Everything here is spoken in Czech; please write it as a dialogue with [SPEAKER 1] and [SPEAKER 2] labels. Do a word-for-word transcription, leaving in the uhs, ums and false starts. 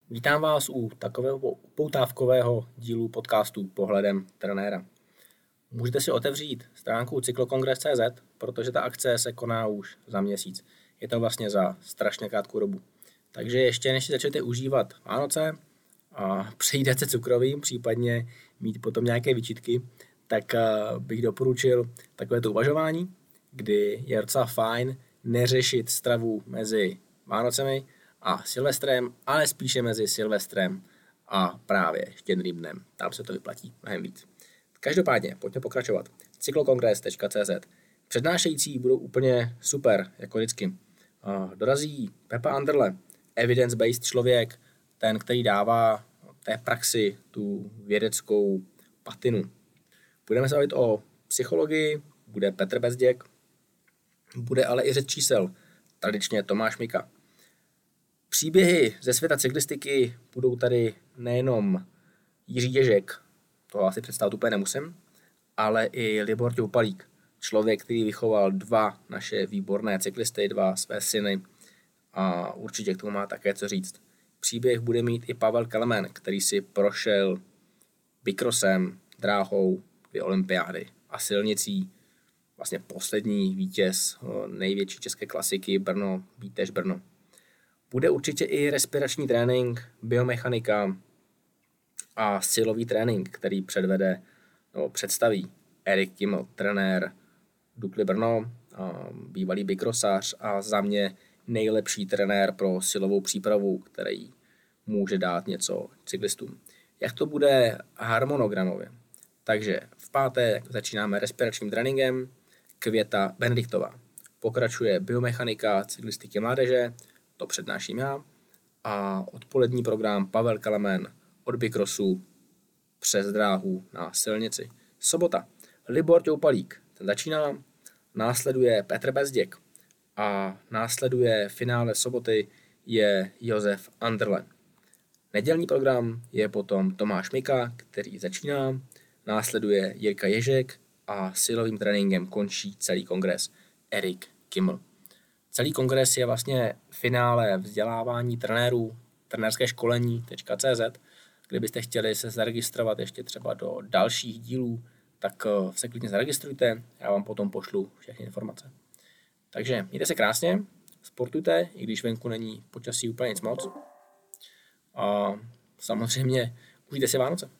[SPEAKER 1] Vítám vás u takového upoutávkového dílu podcastu Pohledem trenéra. Můžete si otevřít stránku cyklokongres tečka cé zet, protože ta akce se koná už za měsíc. Je to vlastně za strašně krátkou dobu. Takže ještě než si začnete užívat Vánoce a přejdete cukrovým, případně mít potom nějaké výčitky, tak bych doporučil takovéto uvažování, kdy je docela fajn neřešit stravu mezi Vánocemi a Silvestrem, ale spíše mezi Silvestrem a právě Štědrým dnem. Tam se to vyplatí mnohem víc. Každopádně, pojďme pokračovat. cyklokongres tečka cé zet. Přednášející budou úplně super, jako vždycky. Dorazí Pepa Anderle, evidence-based člověk, ten, který dává té praxi tu vědeckou patinu. Budeme se bavit o psychologii, bude Petr Bezděk, bude ale i řeč čísel, tradičně Tomáš Mika. Příběhy ze světa cyklistiky budou tady nejenom Jiří Ježek, toho asi představit úplně nemusím, ale i Libor Ťoupalík, člověk, který vychoval dva naše výborné cyklisty, dva své syny a určitě k tomu má také co říct. Příběh bude mít i Pavel Kelemen, který si prošel bicrossem, dráhou, dvě olympiády a silnicí, vlastně poslední vítěz největší české klasiky Brno, Bíteš Brno. Bude určitě i respirační trénink, biomechanika a silový trénink, který předvede, no, představí Erik Kimmel, trenér Dukly Brno, bývalý bicrossař a za mě nejlepší trenér pro silovou přípravu, který může dát něco cyklistům. Jak to bude harmonogramově? Takže v pátek začínáme respiračním tréninkem, Květa Benediktová. Pokračuje biomechanika cyklistiky mládeže, to přednáším já, a odpolední program Pavel Kelemen od bicrossu přes dráhu na silnici. Sobota. Libor Ťoupalík, ten začíná, následuje Petr Bezděk a následuje finále soboty je Josef Anderle. Nedělní program je potom Tomáš Mika, který začíná, následuje Jirka Ježek a silovým tréninkem končí celý kongres Erik Kimmel. Celý kongres je vlastně finále vzdělávání trenérů, trenérské školení tečka cé zet. Kdybyste chtěli se zaregistrovat ještě třeba do dalších dílů, tak se klidně zaregistrujte, já vám potom pošlu všechny informace. Takže mějte se krásně, sportujte, i když venku není počasí úplně nic moc. A samozřejmě užijte si Vánoce.